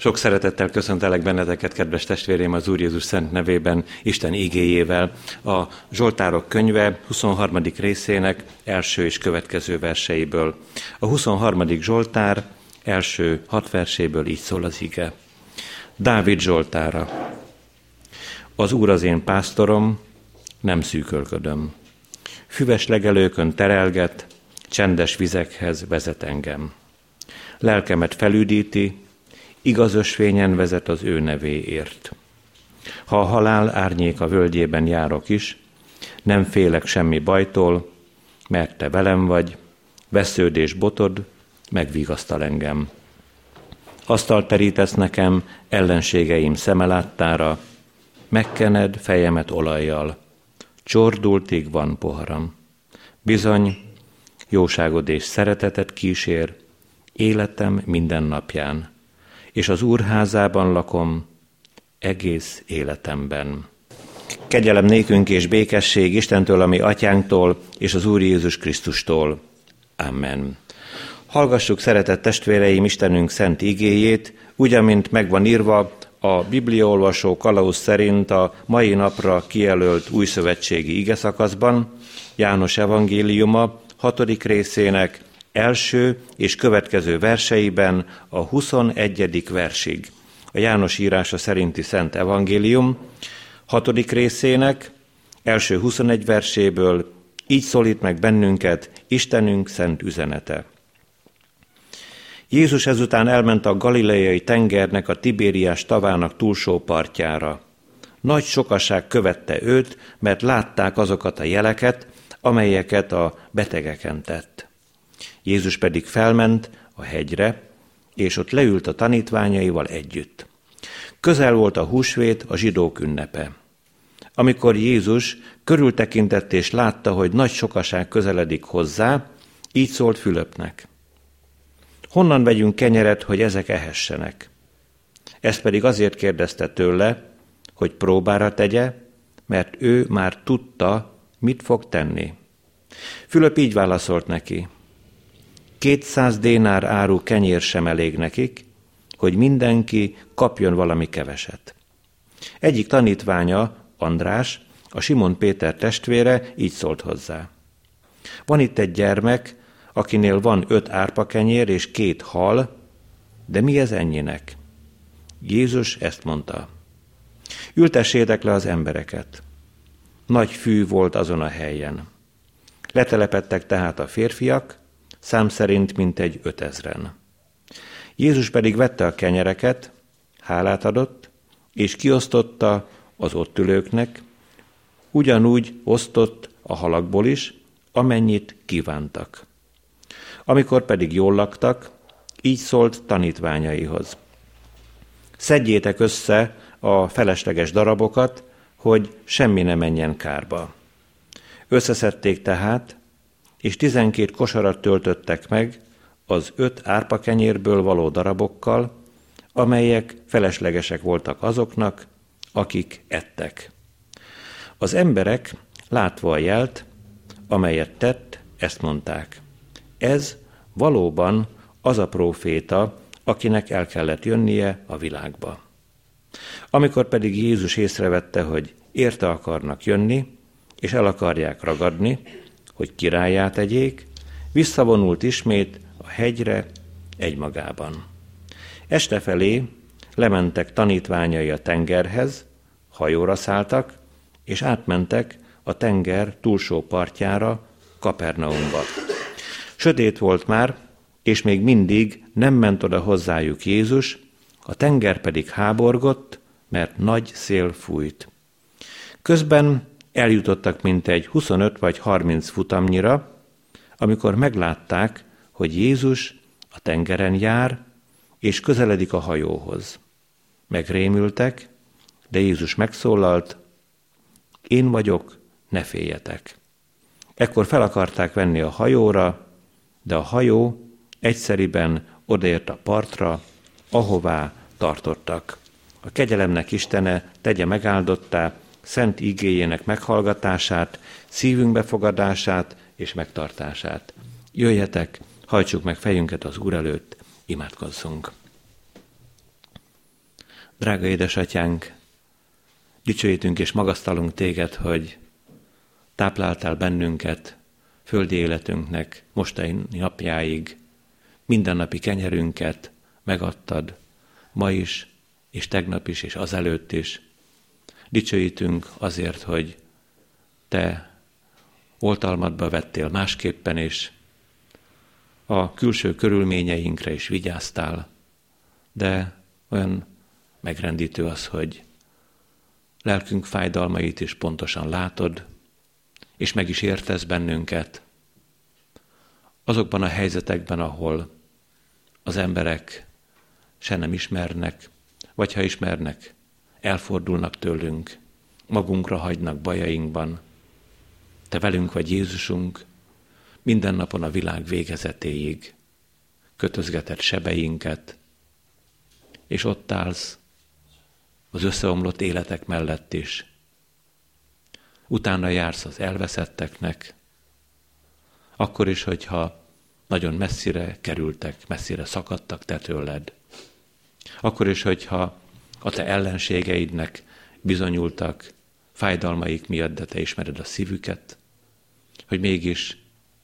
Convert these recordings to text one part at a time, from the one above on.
Sok szeretettel köszöntelek benneteket, kedves testvérém, az Úr Jézus szent nevében, Isten igéjével. A Zsoltárok könyve 23. részének első és következő verseiből. A 23. Zsoltár első 6 verséből így szól az ige. Dávid Zsoltára. Az Úr az én pásztorom, nem szűkölködöm. Füves legelőkön terelget, csendes vizekhez vezet engem. Lelkemet felüdíti, igaz ösvényen vezet az ő nevéért. Ha a halál árnyéka völgyében járok is, nem félek semmi bajtól, mert te velem vagy, vesződés botod megvigasztal engem. Asztalt terítesz nekem ellenségeim szeme láttára, megkened fejemet olajjal, csordultig van poharam. Bizony, jóságod és szeretetet kísér életem minden napján, és az Úr házában lakom egész életemben. Kegyelem nékünk és békesség Istentől, a mi atyánktól, és az Úr Jézus Krisztustól. Amen. Hallgassuk, szeretett testvéreim, Istenünk szent igéjét, úgy, amint megvan írva a bibliaolvasó kalauz szerint a mai napra kijelölt újszövetségi igeszakaszban, János evangéliuma 6. részének első és következő verseiben a 21. versig. A János írása szerinti Szent Evangélium 6. részének első 21 verséből így szólít meg bennünket Istenünk szent üzenete. Jézus ezután elment a galileai tengernek, a Tibériás tavának túlsó partjára. Nagy sokaság követte őt, mert látták azokat a jeleket, amelyeket a betegeken tett. Jézus pedig felment a hegyre, és ott leült a tanítványaival együtt. Közel volt a húsvét, a zsidók ünnepe. Amikor Jézus körültekintett és látta, hogy nagy sokaság közeledik hozzá, így szólt Fülöpnek. Honnan vegyünk kenyeret, hogy ezek ehessenek? Ezt pedig azért kérdezte tőle, hogy próbára tegye, mert ő már tudta, mit fog tenni. Fülöp így válaszolt neki. 200 dénár áru kenyér sem elég nekik, hogy mindenki kapjon valami keveset. Egyik tanítványa, András, a Simon Péter testvére így szólt hozzá. Van itt egy gyermek, akinél van 5 árpakenyér és 2 hal, de mi ez ennyinek? Jézus ezt mondta. Ültessétek le az embereket. Nagy fű volt azon a helyen. Letelepedtek tehát a férfiak, szám szerint mintegy 5000-en. Jézus pedig vette a kenyereket, hálát adott, és kiosztotta az ott ülőknek, ugyanúgy osztott a halakból is, amennyit kívántak. Amikor pedig jól laktak, így szólt tanítványaihoz. Szedjétek össze a felesleges darabokat, hogy semmi ne menjen kárba. Összeszedték tehát, és 12 kosarat töltöttek meg az 5 árpakenyérből való darabokkal, amelyek feleslegesek voltak azoknak, akik ettek. Az emberek, látva a jelt, amelyet tett, ezt mondták. Ez valóban az a próféta, akinek el kellett jönnie a világba. Amikor pedig Jézus észrevette, hogy érte akarnak jönni, és el akarják ragadni, hogy királlyá tegyék, visszavonult ismét a hegyre egymagában. Este felé lementek tanítványai a tengerhez, hajóra szálltak, és átmentek a tenger túlsó partjára, Kapernaumba. Sötét volt már, és még mindig nem ment oda hozzájuk Jézus, a tenger pedig háborgott, mert nagy szél fújt. Közben eljutottak mintegy 25 vagy 30 futamnyira, amikor meglátták, hogy Jézus a tengeren jár, és közeledik a hajóhoz. Megrémültek, de Jézus megszólalt, én vagyok, ne féljetek. Ekkor fel akarták venni a hajóra, de a hajó egyszeriben odaért a partra, ahová tartottak. A kegyelemnek Istene tegye megáldottá szent igéjének meghallgatását, szívünk befogadását és megtartását. Jöjjetek, hajtsuk meg fejünket az Úr előtt, imádkozzunk. Drága édesatyánk, dicsőítünk és magasztalunk téged, hogy tápláltál bennünket földi életünknek mostani napjáig, mindennapi kenyerünket megadtad, ma is, és tegnap is, és azelőtt is. Dicsőítünk azért, hogy te oltalmadba vettél másképpen is, a külső körülményeinkre is vigyáztál, de olyan megrendítő az, hogy lelkünk fájdalmait is pontosan látod, és meg is értesz bennünket azokban a helyzetekben, ahol az emberek se nem ismernek, vagy ha ismernek, elfordulnak tőlünk, magunkra hagynak bajainkban. Te velünk vagy, Jézusunk, minden napon a világ végezetéig kötözgeted sebeinket, és ott állsz az összeomlott életek mellett is. Utána jársz az elveszetteknek, akkor is, hogyha nagyon messzire kerültek, messzire szakadtak te tőled. Akkor is, hogyha a te ellenségeidnek bizonyultak fájdalmaik miatt, de te ismered a szívüket, hogy mégis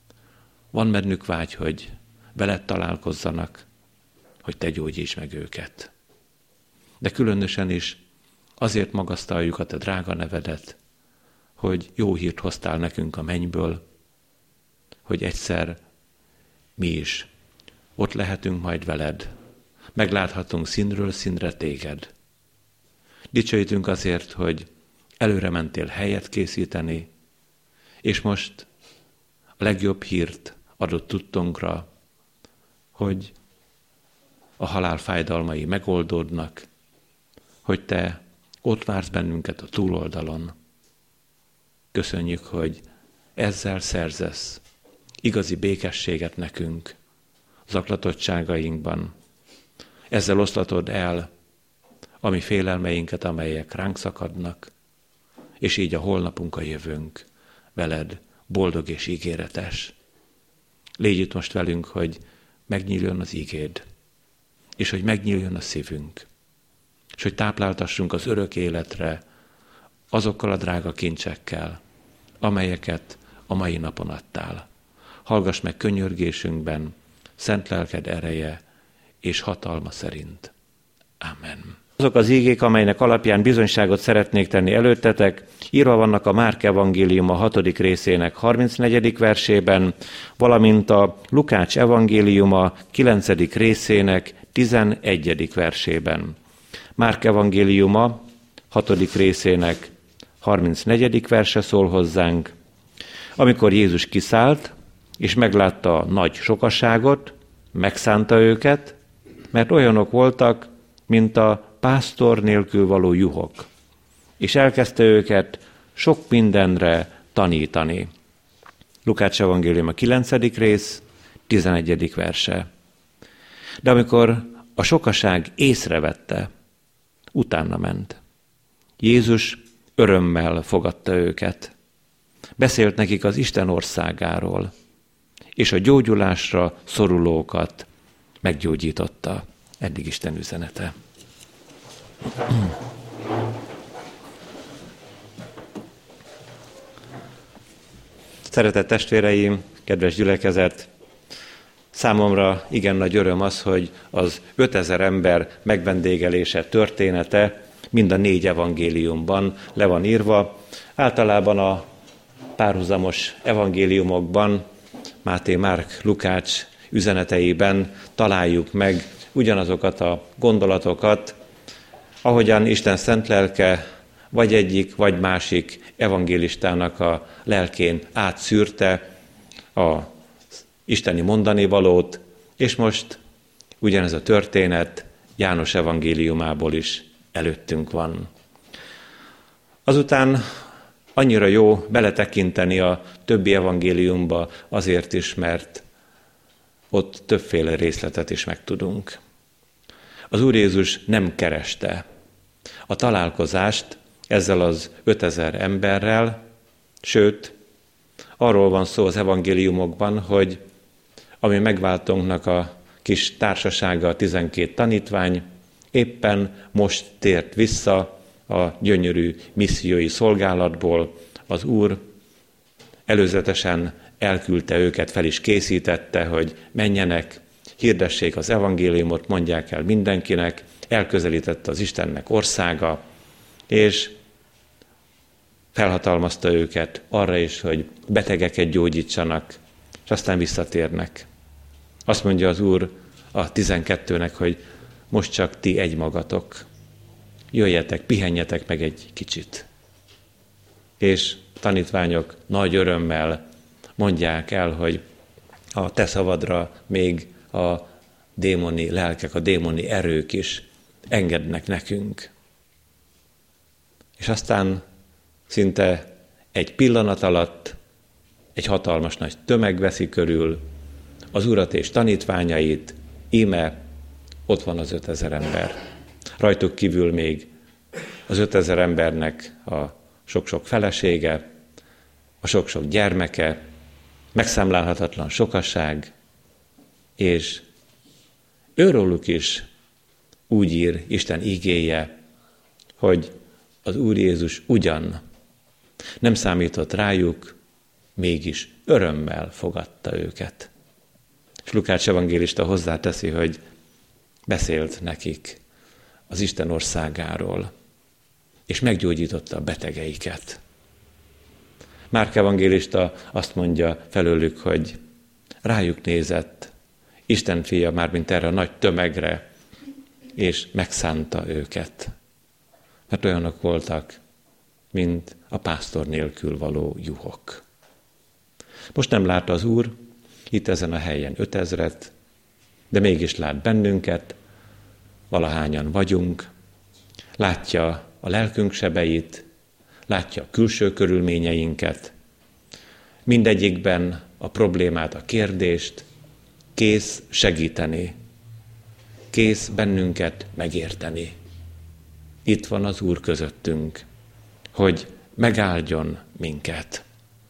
van bennük vágy, hogy veled találkozzanak, hogy te gyógyíts meg őket. De különösen is azért magasztaljuk a te drága nevedet, hogy jó hírt hoztál nekünk a mennyből, hogy egyszer mi is ott lehetünk majd veled, megláthatunk színről színre téged. Dicsőítünk azért, hogy előre mentél helyet készíteni, és most a legjobb hírt adott tudtunkra, hogy a halál fájdalmai megoldódnak, hogy te ott vársz bennünket a túloldalon. Köszönjük, hogy ezzel szerzesz igazi békességet nekünk zaklatottságainkban. Ezzel oszlatod el a mi félelmeinket, amelyek ránk szakadnak, és így a holnapunk, a jövőnk veled boldog és ígéretes. Légy itt most velünk, hogy megnyíljon az ígéd, és hogy megnyíljon a szívünk, és hogy tápláltassunk az örök életre azokkal a drága kincsekkel, amelyeket a mai napon adtál. Hallgass meg könyörgésünkben, szent lelked ereje és hatalma szerint. Amen. Azok az ígék, amelynek alapján bizonyságot szeretnék tenni előttetek, írva vannak a Márk evangéliuma 6. részének 34. versében, valamint a Lukács evangéliuma 9. részének 11. versében. Márk evangéliuma 6. részének 34. verse szól hozzánk. Amikor Jézus kiszállt, és meglátta a nagy sokaságot, megszánta őket, mert olyanok voltak, mint a pásztor nélkül való juhok, és elkezdte őket sok mindenre tanítani. Lukács evangéliuma 9. rész, 11. verse. De amikor a sokaság észrevette, utána ment. Jézus örömmel fogadta őket. Beszélt nekik az Isten országáról, és a gyógyulásra szorulókat meggyógyította. Eddig Isten üzenete. Szeretett testvéreim, kedves gyülekezet, számomra igen nagy öröm az, hogy az 5000 ember megvendégelése története mind a 4 evangéliumban le van írva. Általában a párhuzamos evangéliumokban, Máté, Márk, Lukács üzeneteiben találjuk meg ugyanazokat a gondolatokat, ahogyan Isten szent lelke vagy egyik, vagy másik evangélistának a lelkén átszűrte a isteni mondanivalót, és most ugyanez a történet János evangéliumából is előttünk van. Azután annyira jó beletekinteni a többi evangéliumba azért is, mert ott többféle részletet is megtudunk. Az Úr Jézus nem kereste a találkozást ezzel az 5000 emberrel, sőt, arról van szó az evangéliumokban, hogy ami megváltónknak a kis társasága, a 12 tanítvány, Éppen most tért vissza a gyönyörű missziói szolgálatból. Az Úr előzetesen elküldte őket, fel is készítette, hogy menjenek, hirdessék az evangéliumot, mondják el mindenkinek, elközelített az Istennek országa, és felhatalmazta őket arra is, hogy betegeket gyógyítsanak, és aztán visszatérnek. Azt mondja az Úr a 12-nek, hogy most csak ti egymagatok, jöjjetek, pihenjetek meg egy kicsit. És tanítványok nagy örömmel mondják el, hogy a te szavadra még a démoni lelkek, a démoni erők is engednek nekünk. És aztán szinte egy pillanat alatt egy hatalmas nagy tömeg veszi körül az Urat és tanítványait, íme ott van az 5000 ember. Rajtuk kívül még az 5000 embernek a sok-sok felesége, a sok-sok gyermeke, megszámlálhatatlan sokaság, és őróluk is úgy ír Isten igéje, hogy az Úr Jézus ugyan nem számított rájuk, mégis örömmel fogadta őket. És Lukács evangélista hozzáteszi, hogy beszélt nekik az Isten országáról, és meggyógyította a betegeiket. Márk evangélista azt mondja felőlük, hogy rájuk nézett Isten fia, mármint erre a nagy tömegre, és megszánta őket. Mert olyanok voltak, mint a pásztor nélkül való juhok. Most nem lát az Úr itt ezen a helyen 5000-et, de mégis lát bennünket, valahányan vagyunk, látja a lelkünk sebeit, látja a külső körülményeinket, mindegyikben a problémát, a kérdést, kész segíteni, kész bennünket megérteni. Itt van az Úr közöttünk, hogy megáldjon minket.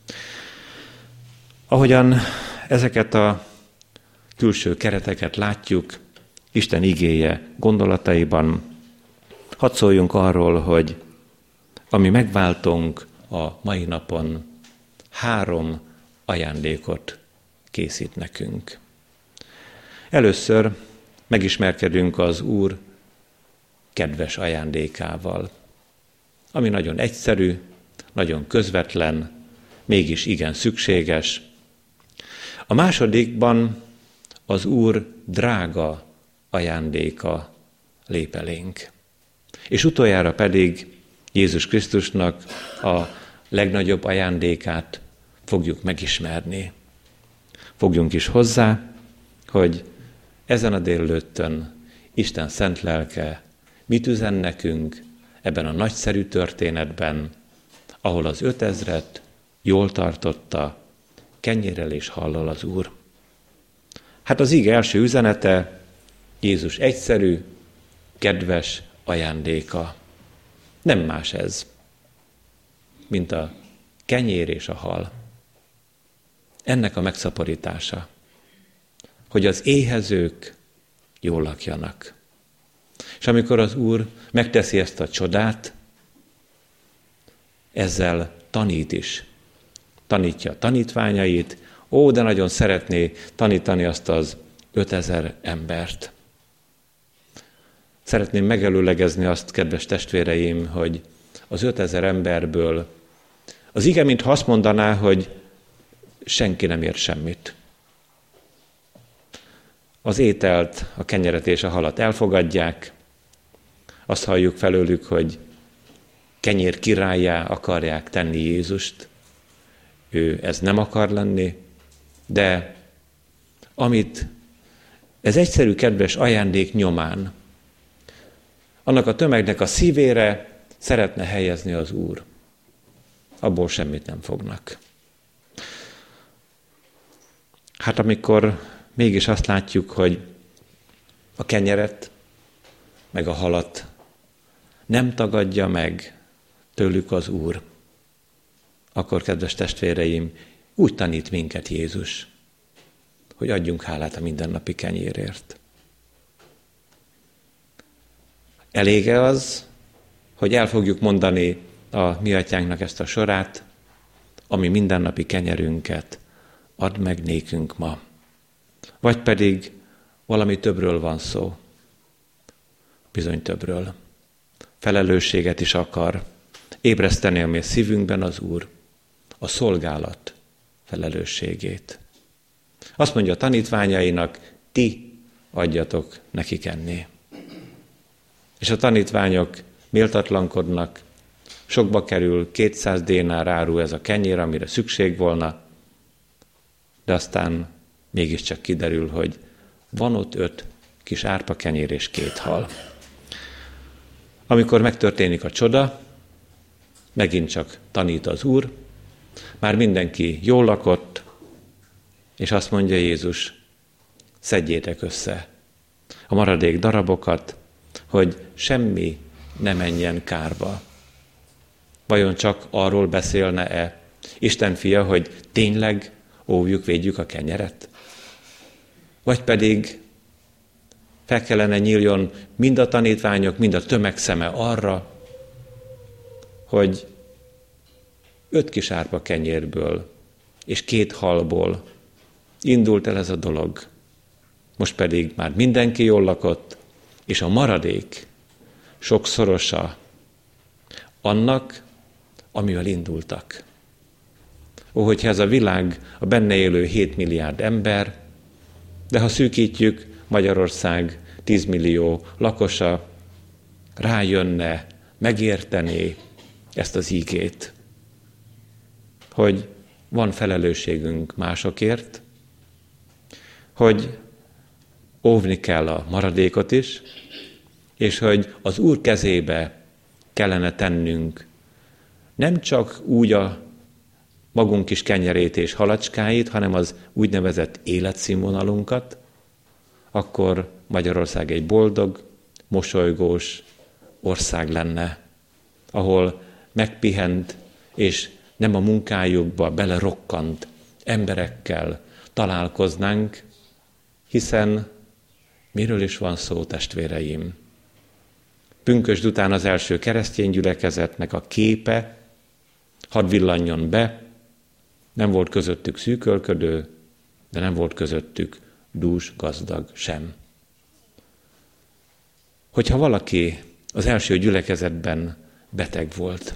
Ahogyan ezeket a külső kereteket látjuk, Isten igéje gondolataiban, hadd szóljunk arról, hogy ami megváltunk a mai napon, 3 ajándékot készít nekünk. Először megismerkedünk az Úr kedves ajándékával, ami nagyon egyszerű, nagyon közvetlen, mégis igen szükséges. A másodikban az Úr drága ajándéka lép elénk. És utoljára pedig Jézus Krisztusnak a legnagyobb ajándékát fogjuk megismerni. Fogjunk is hozzá, hogy ezen a délelőttön Isten szent lelke mit üzen nekünk ebben a nagyszerű történetben, ahol az 5000-et jól tartotta, kenyérrel és hallal az Úr. Hát az ige első üzenete Jézus egyszerű, kedves ajándéka. Nem más ez, mint a kenyér és a hal. Ennek a megszaporítása, hogy az éhezők jól lakjanak. És amikor az Úr megteszi ezt a csodát, ezzel tanít is. Tanítja a tanítványait, de nagyon szeretné tanítani azt az 5000 embert. Szeretném megelőlegezni azt, kedves testvéreim, hogy az 5000 emberből az ige, mintha azt mondaná, hogy senki nem ér semmit. Az ételt, a kenyeret és a halat elfogadják, azt halljuk felőlük, hogy kenyér királlyá akarják tenni Jézust. Ő ez nem akar lenni, de amit ez egyszerű, kedves ajándék nyomán, annak a tömegnek a szívére szeretne helyezni az Úr, abból semmit nem fognak. Hát amikor mégis azt látjuk, hogy a kenyeret, meg a halat nem tagadja meg tőlük az Úr, akkor, kedves testvéreim, úgy tanít minket Jézus, hogy adjunk hálát a mindennapi kenyérért. Elége az, hogy el fogjuk mondani a mi atyánknak ezt a sorát, ami mindennapi kenyerünket add meg nékünk ma. Vagy pedig valami többről van szó. Bizony többről. Felelősséget is akar ébreszteni a mi szívünkben az Úr, a szolgálat felelősségét. Azt mondja a tanítványainak, ti adjatok nekik enni. És a tanítványok méltatlankodnak, sokba kerül, 200 dénár áru ez a kenyér, amire szükség volna, de aztán mégiscsak kiderül, hogy van ott 5 kis árpa kenyér és 2 hal. Amikor megtörténik a csoda, megint csak tanít az Úr, már mindenki jól lakott, és azt mondja Jézus, szedjétek össze a maradék darabokat, hogy semmi ne menjen kárba. Vajon csak arról beszélne-e Isten fia, hogy tényleg óvjuk, védjük a kenyeret? Vagy pedig fel kellene nyíljon mind a tanítványok, mind a tömeg szeme arra, hogy 5 kis árpa kenyérből és 2 halból indult el ez a dolog. Most pedig már mindenki jól lakott, és a maradék sokszorosa annak, amivel indultak. Ó, hogyha ez a világ, a benne élő 7 milliárd ember, de ha szűkítjük, Magyarország 10 millió lakosa rájönne, megértené ezt az ígét, hogy van felelősségünk másokért, hogy óvni kell a maradékot is, és hogy az Úr kezébe kellene tennünk nem csak úgy a magunk kis kenyerét és halacskáit, hanem az úgynevezett életszínvonalunkat, akkor Magyarország egy boldog, mosolygós ország lenne, ahol megpihent és nem a munkájukba belerokkant emberekkel találkoznánk, hiszen miről is van szó, testvéreim? Pünkösd után az első keresztény gyülekezetnek a képe hadd villanjon be, nem volt közöttük szűkölködő, de nem volt közöttük dús gazdag sem. Hogyha valaki az első gyülekezetben beteg volt,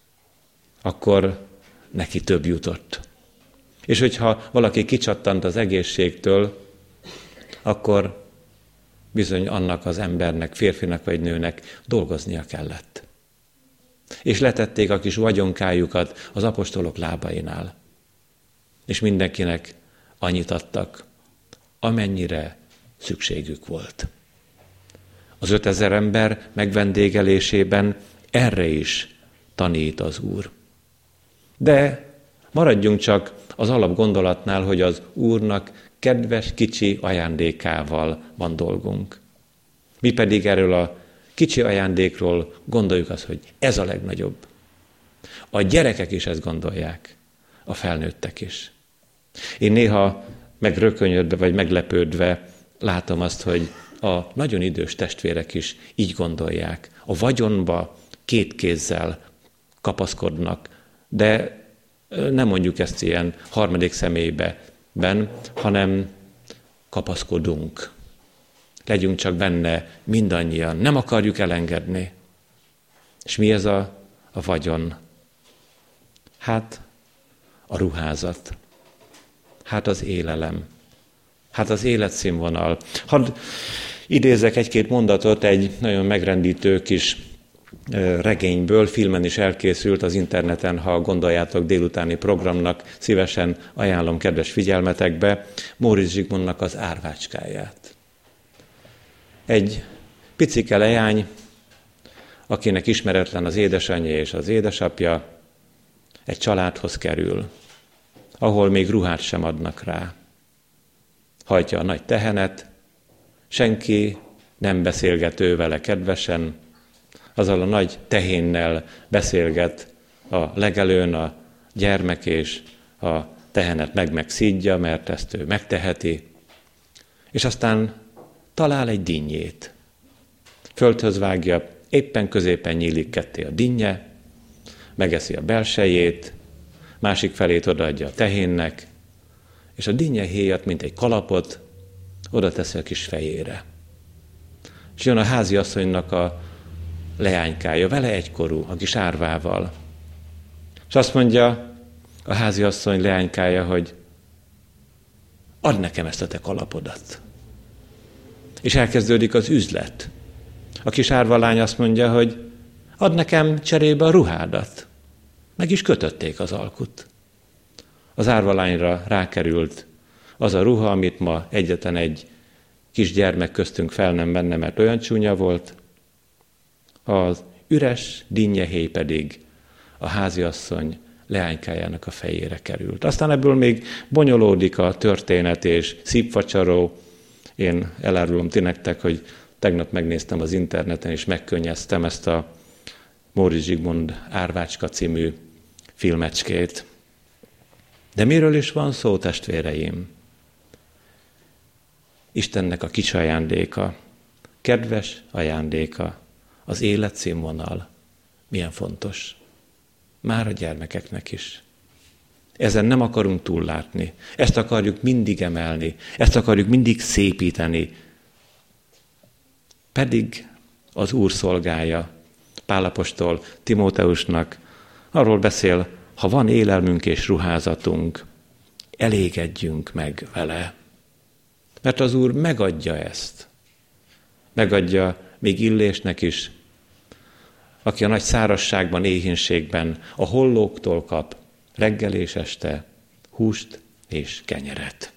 akkor neki több jutott. És hogyha valaki kicsattant az egészségtől, akkor bizony annak az embernek, férfinak vagy nőnek dolgoznia kellett. És letették a kis vagyonkájukat az apostolok lábainál. És mindenkinek annyit adtak, amennyire szükségük volt. Az 5000 ember megvendégelésében erre is tanít az Úr. De maradjunk csak az alapgondolatnál, hogy az Úrnak kedves kicsi ajándékával van dolgunk. Mi pedig erről a kicsi ajándékról gondoljuk azt, hogy ez a legnagyobb. A gyerekek is ezt gondolják, a felnőttek is. Én néha megrökönyödve vagy meglepődve látom azt, hogy a nagyon idős testvérek is így gondolják. A vagyonba 2 kézzel kapaszkodnak, de nem mondjuk ezt ilyen harmadik személyben, hanem kapaszkodunk. Legyünk csak benne mindannyian, nem akarjuk elengedni. És mi ez a vagyon? Hát a ruházat. Hát az élelem. Hát az életszínvonal. Hadd idézek 1-2 mondatot egy nagyon megrendítő kis regényből, filmen is elkészült az interneten, ha gondoljátok, délutáni programnak, szívesen ajánlom kedves figyelmetekbe, Móricz Zsigmondnak az Árvácskáját. Egy picike leány, akinek ismeretlen az édesanyja és az édesapja, egy családhoz kerül, ahol még ruhát sem adnak rá. Hajtja a nagy tehenet, senki nem beszélget ő vele kedvesen, azzal a nagy tehénnel beszélget a legelőn a gyermek, és a tehenet megszídja, mert ezt ő megteheti, és aztán talál egy dinnyét. földhöz vágja, éppen középen nyílik ketté a dinnye, megeszi a belsejét, másik felét odaadja a tehénnek, és a dinnye héjat, mint egy kalapot, oda teszi a kis fejére. És jön a háziasszonynak a leánykája, vele egykorú, a kis árvával. És azt mondja a háziasszony leánykája, hogy add nekem ezt a te kalapodat. És elkezdődik az üzlet. A kis árvalány azt mondja, hogy add nekem cserébe a ruhádat. Meg is kötötték az alkut. Az árvalányra rákerült az a ruha, amit ma egyetlen egy kisgyermek köztünk fel nem venne, mert olyan csúnya volt. Az üres dinnyehéj pedig a háziasszony leánykájának a fejére került. Aztán ebből még bonyolódik a történet és szívfacsaró. Én elárulom ti nektek, hogy tegnap megnéztem az interneten, és megkönnyeztem ezt a Móricz Zsigmond Árvácska című filmecskét. De miről is van szó, testvéreim? Istennek a kis ajándéka, kedves ajándéka, az életszínvonal. Milyen fontos. Már a gyermekeknek is. Ezen nem akarunk túllátni. Ezt akarjuk mindig emelni. Ezt akarjuk mindig szépíteni. Pedig az Úr szolgája, Pál apostol Timóteusnak arról beszél, ha van élelmünk és ruházatunk, elégedjünk meg vele. Mert az Úr megadja ezt. Megadja még Illésnek is, aki a nagy szárazságban, éhínségben a hollóktól kap reggel és este húst és kenyeret.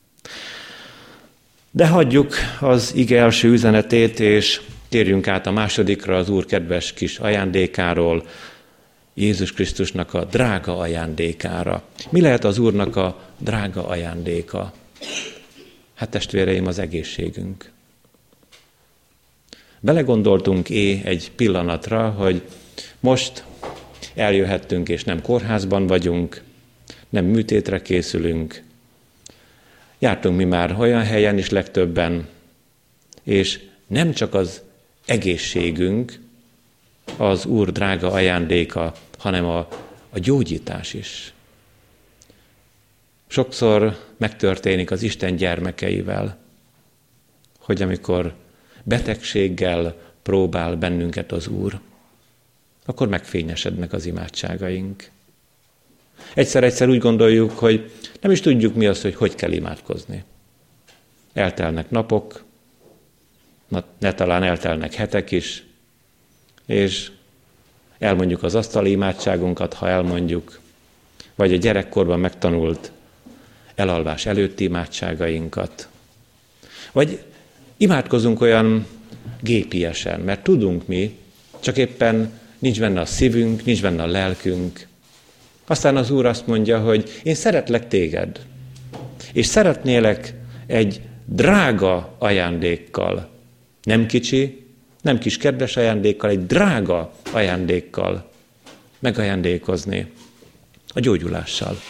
De hagyjuk az ige első üzenetét, és térjünk át a másodikra, az Úr kedves kis ajándékáról, Jézus Krisztusnak a drága ajándékára. Mi lehet az Úrnak a drága ajándéka? Hát testvéreim, az egészségünk. Belegondoltunk egy pillanatra, hogy most eljöhettünk, és nem kórházban vagyunk, nem műtétre készülünk. Jártunk mi már olyan helyen is legtöbben, és nem csak az egészségünk az Úr drága ajándéka, hanem a gyógyítás is. Sokszor megtörténik az Isten gyermekeivel, hogy amikor betegséggel próbál bennünket az Úr, akkor megfényesednek az imádságaink. Egyszer úgy gondoljuk, hogy nem is tudjuk mi az, hogy kell imádkozni. Eltelnek napok, ne talán eltelnek hetek is, és elmondjuk az asztali imádságunkat, ha elmondjuk, vagy a gyerekkorban megtanult elalvás előtti imádságainkat. Vagy imádkozunk olyan gépiesen, mert tudunk mi, csak éppen nincs benne a szívünk, nincs benne a lelkünk. Aztán az Úr azt mondja, hogy én szeretlek téged, és szeretnélek egy drága ajándékkal, nem kicsi, nem kis kedves ajándékkal, egy drága ajándékkal megajándékozni, a gyógyulással.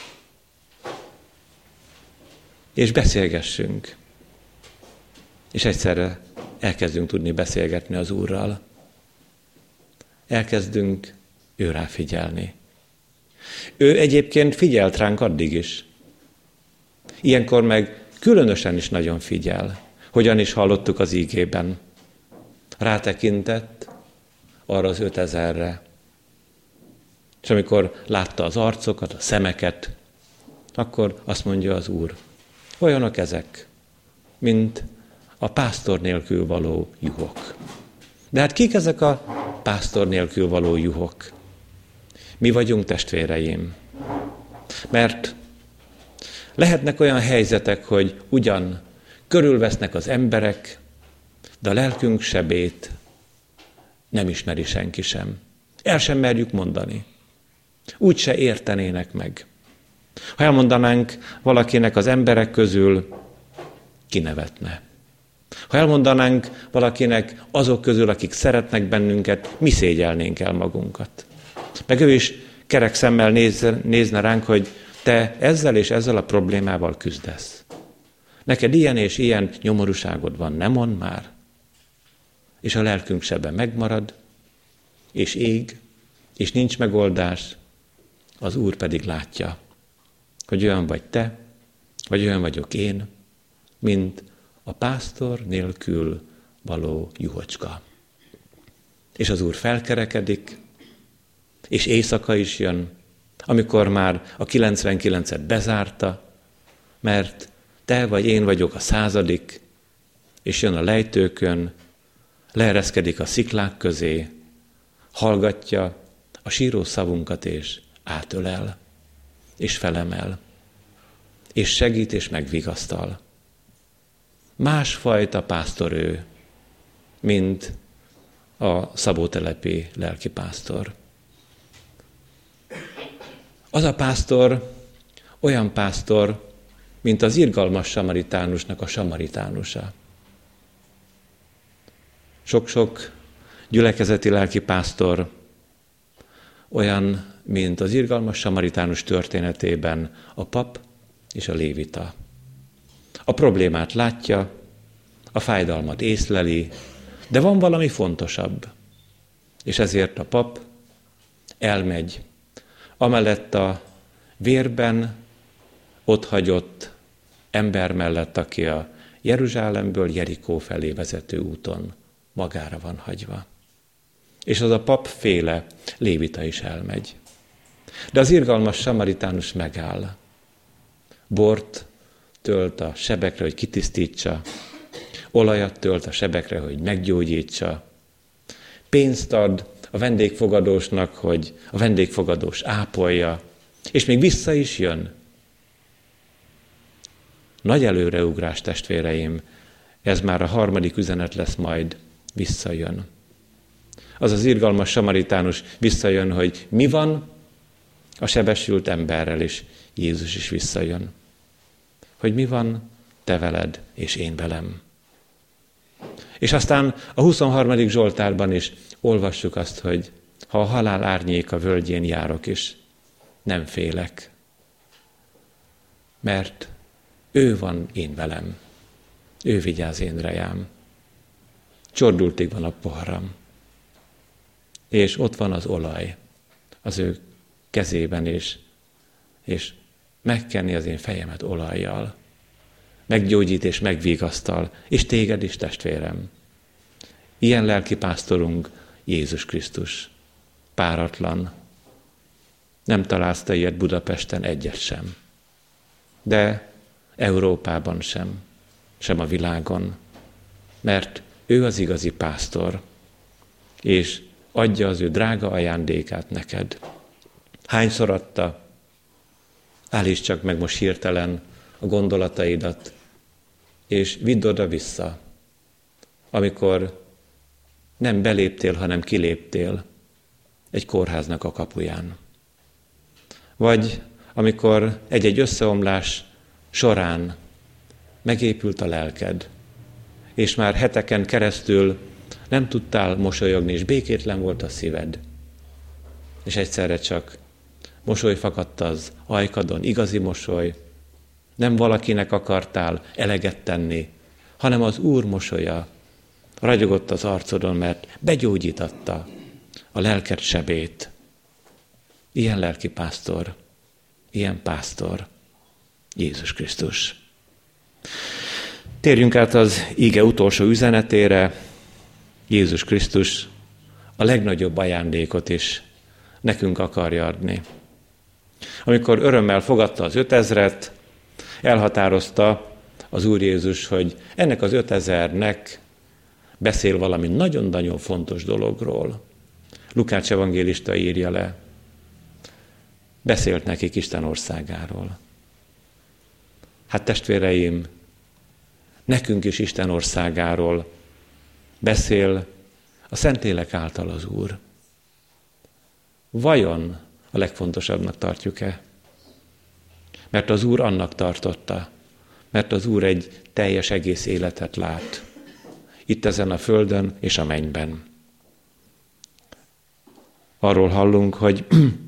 És beszélgessünk. És egyszerre elkezdünk tudni beszélgetni az Úrral. Elkezdünk őrá figyelni. Ő egyébként figyelt ránk addig is. Ilyenkor meg különösen is nagyon figyel. Hogyan is hallottuk az ígében. Rátekintett arra az 5000-re. És amikor látta az arcokat, a szemeket, akkor azt mondja az Úr, olyanok ezek, mint a pásztor nélkül való juhok. De hát kik ezek a pásztor nélkül való juhok? Mi vagyunk, testvéreim. Mert lehetnek olyan helyzetek, hogy ugyan körülvesznek az emberek, de a lelkünk sebét nem ismeri senki sem. El sem merjük mondani. Úgy se értenének meg. Ha elmondanánk valakinek az emberek közül, kinevetne. Ha elmondanánk valakinek azok közül, akik szeretnek bennünket, mi szégyelnénk el magunkat. Meg ő is kerek szemmel nézne ránk, hogy te ezzel és ezzel a problémával küzdesz. Neked ilyen és ilyen nyomorúságod van, nem mondd már. és a lelkünk sebe megmarad, és ég, és nincs megoldás, az Úr pedig látja, hogy olyan vagy te, vagy olyan vagyok én, mint a pásztor nélkül való juhocska. És az Úr felkerekedik, és éjszaka is jön, amikor már a 99-et bezárta, mert te vagy én vagyok a 100, és jön a lejtőkön, leereszkedik a sziklák közé, hallgatja a síró szavunkat, és átölel, és felemel, és segít, és megvigasztal. Másfajta pásztor ő, mint a szabótelepi lelkipásztor. Az a pásztor olyan pásztor, mint az irgalmas samaritánusnak a samaritánusa. Sok-sok gyülekezeti lelkipásztor olyan, mint az irgalmas samaritánus történetében a pap és a lévita. A problémát látja, a fájdalmat észleli, de van valami fontosabb, és ezért a pap elmegy amellett a vérben otthagyott ember mellett, aki a Jeruzsálemből Jerikó felé vezető úton magára van hagyva. És az a pap féle lévita is elmegy. De az irgalmas samaritánus megáll. Bort tölt a sebekre, hogy kitisztítsa, olajat tölt a sebekre, hogy meggyógyítsa, pénzt ad a vendégfogadósnak, hogy a vendégfogadós ápolja, és még vissza is jön. Nagy előreugrás, testvéreim, ez már a 3. üzenet lesz majd, visszajön. Az az irgalmas samaritánus visszajön, hogy mi van a sebesült emberrel, és Jézus is visszajön. Hogy mi van te veled, és én velem. És aztán a 23. Zsoltárban is olvassuk azt, hogy ha a halál árnyéka völgyén járok is, nem félek, mert ő van én velem, ő vigyáz én rejám. Csordultig van a poharam, és ott van az olaj az ő kezében, és megkenni az én fejemet olajjal, meggyógyít és megvigasztal, és téged is, testvérem. Ilyen lelkipásztorunk Jézus Krisztus, páratlan. Nem találsz te ilyet Budapesten egyet sem, de Európában sem a világon, mert ő az igazi pásztor, és adja az ő drága ajándékát neked. Hányszor adta? Állítsd csak meg most hirtelen a gondolataidat, és vidd oda-vissza, amikor nem beléptél, hanem kiléptél egy kórháznak a kapuján. Vagy amikor egy-egy összeomlás során megépült a lelked, és már heteken keresztül nem tudtál mosolyogni, és békétlen volt a szíved, és egyszerre csak mosoly fakadt az ajkadon, igazi mosoly, nem valakinek akartál eleget tenni, hanem az Úr mosolya ragyogott az arcodon, mert begyógyítatta a lelked sebét. Ilyen lelkipásztor, ilyen pásztor, Jézus Krisztus. Térjünk át az ige utolsó üzenetére. Jézus Krisztus a legnagyobb ajándékot is nekünk akarja adni. Amikor örömmel fogadta az 5000-et, elhatározta az Úr Jézus, hogy ennek az 5000-nek beszél valami nagyon-nagyon fontos dologról. Lukács evangélista írja le. Beszélt nekik Isten országáról. Hát testvéreim, nekünk is Isten országáról beszél a Szentlélek által az Úr. Vajon a legfontosabbnak tartjuk-e? Mert az Úr annak tartotta, mert az Úr egy teljes egész életet lát. Itt ezen a földön és a mennyben. Arról hallunk, hogy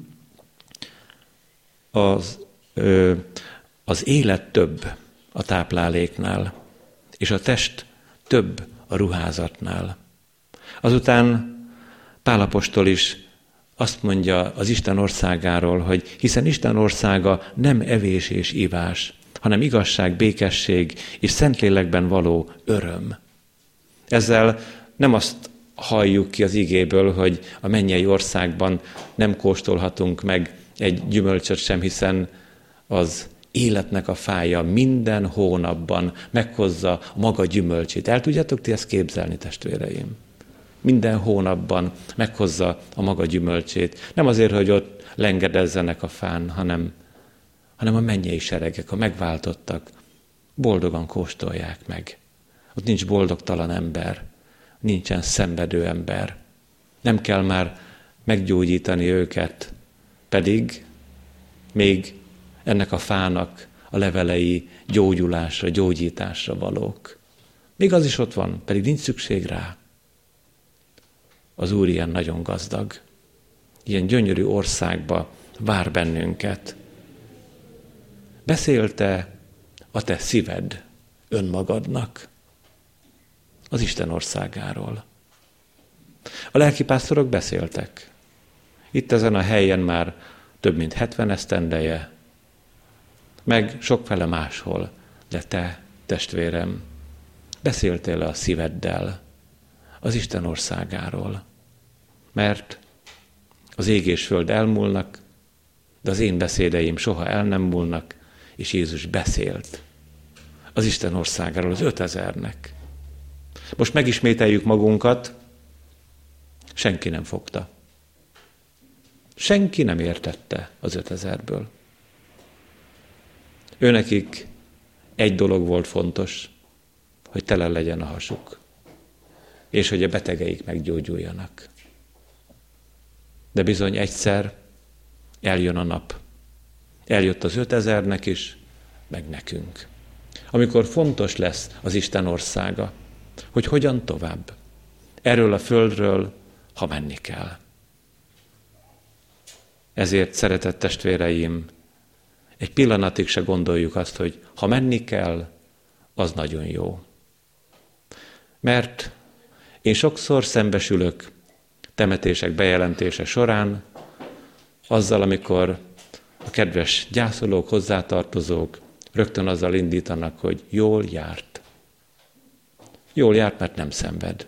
az élet több a tápláléknál, és a test több a ruházatnál. Azután Pál apostol is azt mondja az Isten országáról, hogy hiszen Isten országa nem evés és ivás, hanem igazság, békesség és Szentlélekben való öröm. Ezzel nem azt halljuk ki az igéből, hogy a mennyei országban nem kóstolhatunk meg egy gyümölcsöt sem, hiszen az életnek a fája minden hónapban meghozza a maga gyümölcsét. El tudjátok ti ezt képzelni, testvéreim? Minden hónapban meghozza a maga gyümölcsét. Nem azért, hogy ott lengedezzenek a fán, hanem a mennyei seregek, a megváltottak boldogan kóstolják meg. Ott nincs boldogtalan ember, nincsen szenvedő ember. Nem kell már meggyógyítani őket, pedig még ennek a fának a levelei gyógyulásra, gyógyításra valók. Még az is ott van, pedig nincs szükség rá. Az Úr ilyen nagyon gazdag, ilyen gyönyörű országba vár bennünket. Beszélte a te szíved önmagadnak az Isten országáról. A lelkipásztorok beszéltek. Itt ezen a helyen már több mint 70 esztendeje, meg sokfele máshol, de te, testvérem, beszéltél a szíveddel az Isten országáról. Mert az ég és föld elmúlnak, de az én beszédeim soha el nem múlnak, és Jézus beszélt az Isten országáról az 5000-nek. Most megismételjük magunkat, senki nem fogta. Senki nem értette az 5000-ből. Őnekik egy dolog volt fontos, hogy tele legyen a hasuk, és hogy a betegeik meggyógyuljanak. De bizony egyszer eljön a nap. Eljött az 5000-nek is, meg nekünk. Amikor fontos lesz az Isten országa, hogy hogyan tovább. Erről a földről, ha menni kell. Ezért, szeretett testvéreim, egy pillanatig se gondoljuk azt, hogy ha menni kell, az nagyon jó. Mert én sokszor szembesülök temetések bejelentése során azzal, amikor a kedves gyászolók, hozzátartozók rögtön azzal indítanak, hogy jól járt. Jól járt, mert nem szenved.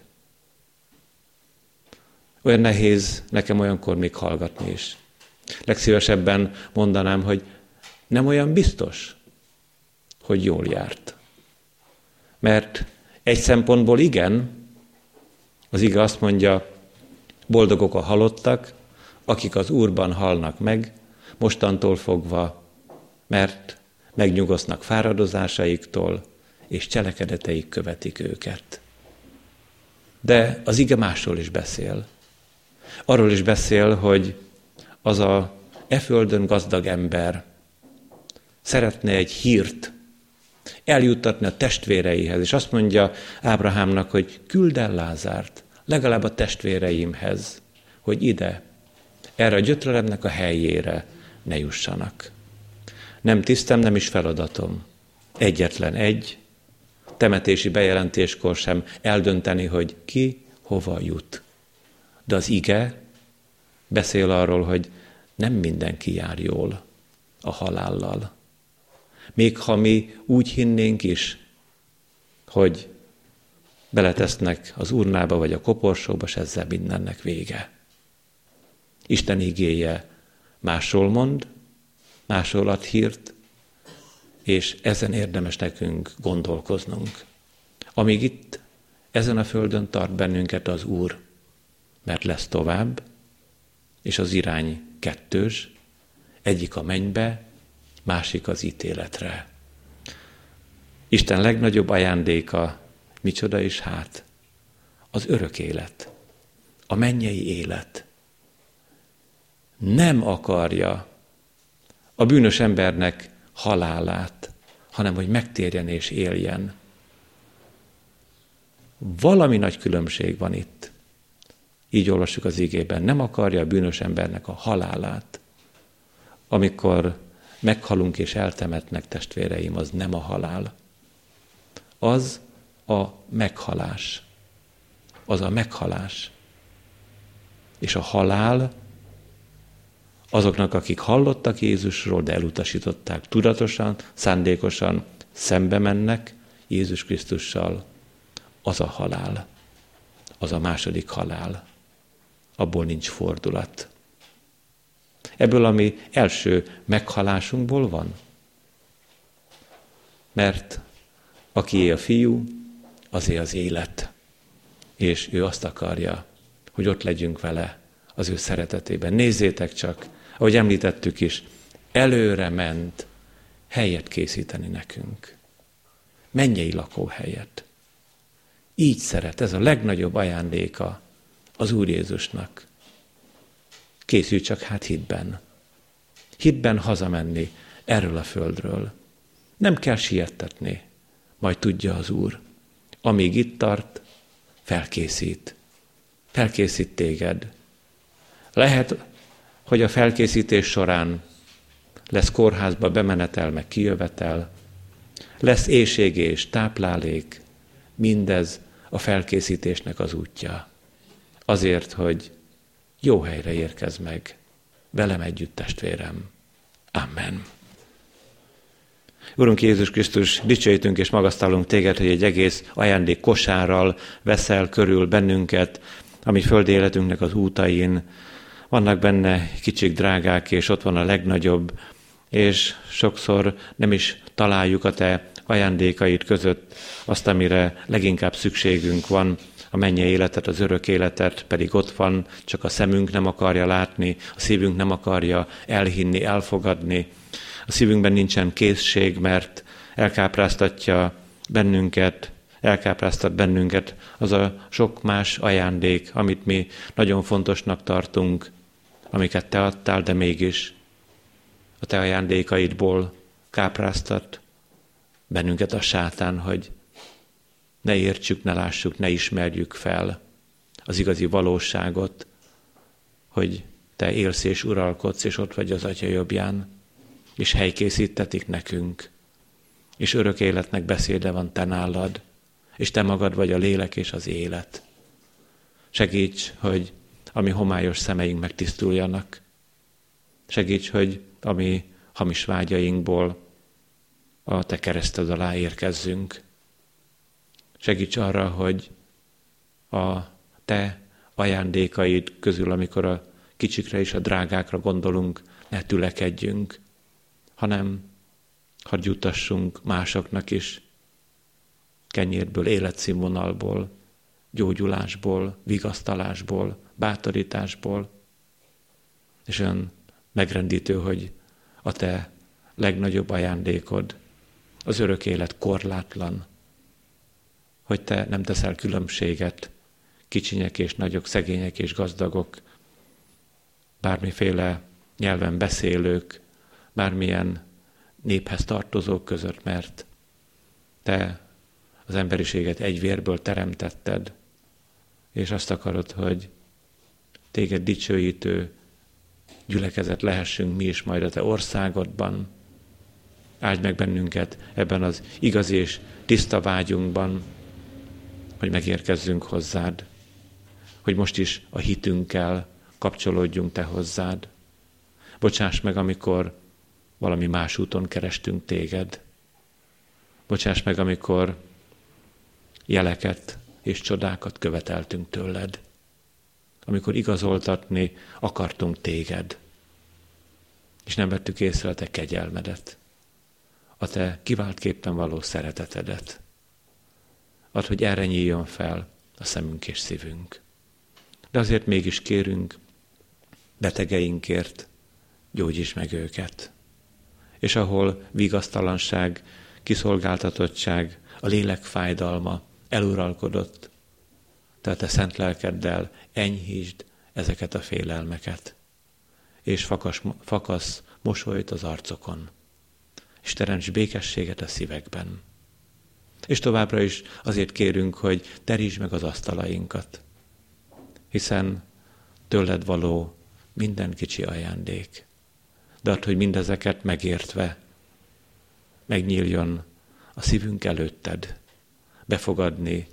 Olyan nehéz nekem olyankor még hallgatni is. Legszívesebben mondanám, hogy nem olyan biztos, hogy jól járt. Mert egy szempontból igen, az ige azt mondja, boldogok a halottak, akik az Úrban halnak meg, mostantól fogva, mert megnyugosznak fáradozásaiktól, és cselekedeteik követik őket. De az ige másról is beszél. Arról is beszél, hogy az a földön gazdag ember szeretne egy hírt eljuttatni a testvéreihez, és azt mondja Ábrahámnak, hogy küld el Lázárt, legalább a testvéreimhez, hogy ide, erre a gyötrelemnek a helyére ne jussanak. Nem tisztem, nem is feladatom. Egyetlen egy, temetési bejelentéskor sem eldönteni, hogy ki hova jut. De az ige beszél arról, hogy nem mindenki jár jól a halállal. Még ha mi úgy hinnénk is, hogy beletesznek az urnába vagy a koporsóba, s ezzel mindennek vége. Isten igéje másról mond, másról ad hírt, és ezen érdemes nekünk gondolkoznunk. Amíg itt, ezen a földön tart bennünket az Úr, mert lesz tovább, és az irány kettős, egyik a mennybe, másik az ítéletre. Isten legnagyobb ajándéka, micsoda is hát? Az örök élet, a mennyei élet. Nem akarja a bűnös embernek halálát, hanem hogy megtérjen és éljen. Valami nagy különbség van itt. Így olvassuk az igében. Nem akarja a bűnös embernek a halálát. Amikor meghalunk és eltemetnek, testvéreim, az nem a halál. Az a meghalás. az a meghalás. És a halál azoknak, akik hallottak Jézusról, de elutasították tudatosan, szándékosan, szembe mennek Jézus Krisztussal, az a halál, az a második halál. Abból nincs fordulat. Ebből a mi első meghalásunkból van. Mert akié a Fiú, azé az élet. És ő azt akarja, hogy ott legyünk vele az ő szeretetében. Nézzétek csak, ahogy említettük is, előre ment helyet készíteni nekünk. Mennyei lakóhelyet. Így szeret, ez a legnagyobb ajándéka az Úr Jézusnak. Készülj csak hát hitben. Hitben hazamenni erről a földről. Nem kell siettetni, majd tudja az Úr. Amíg itt tart, felkészít. Felkészít téged. Lehet, hogy a felkészítés során lesz kórházba bemenetel, meg kijövetel, lesz éhség és táplálék, mindez a felkészítésnek az útja. Azért, hogy jó helyre érkezz meg, velem együtt, testvérem. Amen. Urunk Jézus Krisztus, dicsőítünk és magasztalunk téged, hogy egy egész ajándék kosárral veszel körül bennünket, ami földi életünknek az útain. Vannak benne kicsik, drágák, és ott van a legnagyobb, és sokszor nem is találjuk a te ajándékaid között azt, amire leginkább szükségünk van, a mennyei életet, az örök életet pedig ott van, csak a szemünk nem akarja látni, a szívünk nem akarja elhinni, elfogadni. A szívünkben nincsen készség, mert elkápráztat bennünket az a sok más ajándék, amit mi nagyon fontosnak tartunk, amiket te adtál, de mégis a te ajándékaidból kápráztat bennünket a sátán, hogy ne értsük, ne lássuk, ne ismerjük fel az igazi valóságot, hogy te élsz és uralkodsz, és ott vagy az Atya jobbján, és helykészítetik nekünk, és örök életnek beszéde van te nálad, és te magad vagy a lélek és az élet. Segíts, hogy a mi homályos szemeink megtisztuljanak. Segíts, hogy a mi hamis vágyainkból a te kereszted alá érkezzünk. Segíts arra, hogy a te ajándékaid közül, amikor a kicsikre és a drágákra gondolunk, ne tülekedjünk, hanem hadd juttassunk másoknak is kenyérből, életszínvonalból, gyógyulásból, vigasztalásból, bátorításból. És olyan megrendítő, hogy a te legnagyobb ajándékod, az örök élet korlátlan, hogy te nem teszel különbséget kicsinyek és nagyok, szegények és gazdagok, bármiféle nyelven beszélők, bármilyen néphez tartozók között, mert te az emberiséget egy vérből teremtetted, és azt akarod, hogy téged dicsőítő gyülekezet lehessünk mi is majd a te országodban. Áldj meg bennünket ebben az igazi és tiszta vágyunkban, hogy megérkezzünk hozzád, hogy most is a hitünkkel kapcsolódjunk te hozzád. Bocsáss meg, amikor valami más úton kerestünk téged. Bocsáss meg, amikor jeleket és csodákat követeltünk tőled. Amikor igazoltatni akartunk téged, és nem vettük észre a te kegyelmedet, a te kiváltképpen való szeretetedet. Add, hogy erre nyíljon fel a szemünk és szívünk. De azért mégis kérünk, betegeinkért gyógyíts meg őket. És ahol vigasztalanság, kiszolgáltatottság, a lélek fájdalma eluralkodott, tehát te szent lelkeddel enyhítsd ezeket a félelmeket, és fakasz mosolyt az arcokon, és teremts békességet a szívekben. És továbbra is azért kérünk, hogy terítsd meg az asztalainkat, hiszen tőled való minden kicsi ajándék. De add, hogy mindezeket megértve megnyíljon a szívünk előtted, befogadni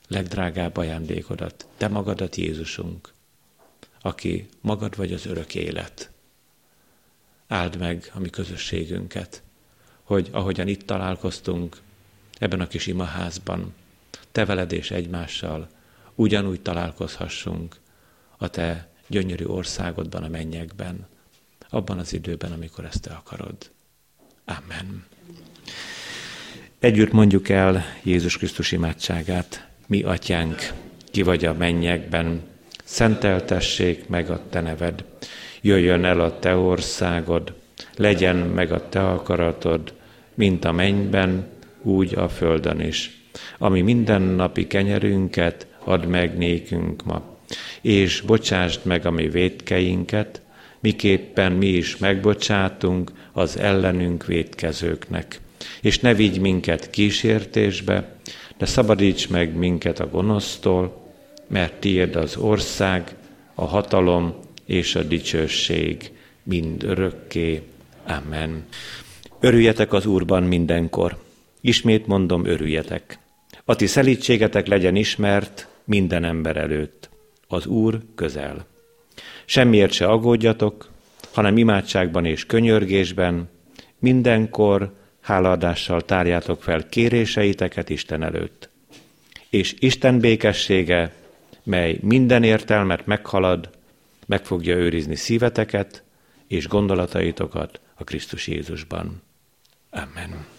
legdrágább ajándékodat, te magadat, Jézusunk, aki magad vagy az örök élet. Áld meg a mi közösségünket, hogy ahogyan itt találkoztunk, ebben a kis imaházban, te veled és egymással ugyanúgy találkozhassunk a te gyönyörű országodban, a mennyekben, abban az időben, amikor ezt te akarod. Amen. Együtt mondjuk el Jézus Krisztus imádságát. Mi atyánk, ki vagy a mennyekben, szenteltessék meg a te neved. Jöjjön el a te országod, legyen meg a te akaratod, mint a mennyben, úgy a földön is. Ami mindennapi kenyerünket add meg nékünk ma, és bocsásd meg a mi vétkeinket, miképpen mi is megbocsátunk az ellenünk vétkezőknek. És ne vigy minket kísértésbe, de szabadíts meg minket a gonosztól, mert tiéd az ország, a hatalom és a dicsőség mind örökké. Amen. Örüljetek az Úrban mindenkor. Ismét mondom, örüljetek. A ti szelídségetek legyen ismert minden ember előtt. Az Úr közel. Semmiért se aggódjatok, hanem imádságban és könyörgésben mindenkor hálaadással tárjátok fel kéréseiteket Isten előtt. És Isten békessége, mely minden értelmet meghalad, meg fogja őrizni szíveteket és gondolataitokat a Krisztus Jézusban. Amen.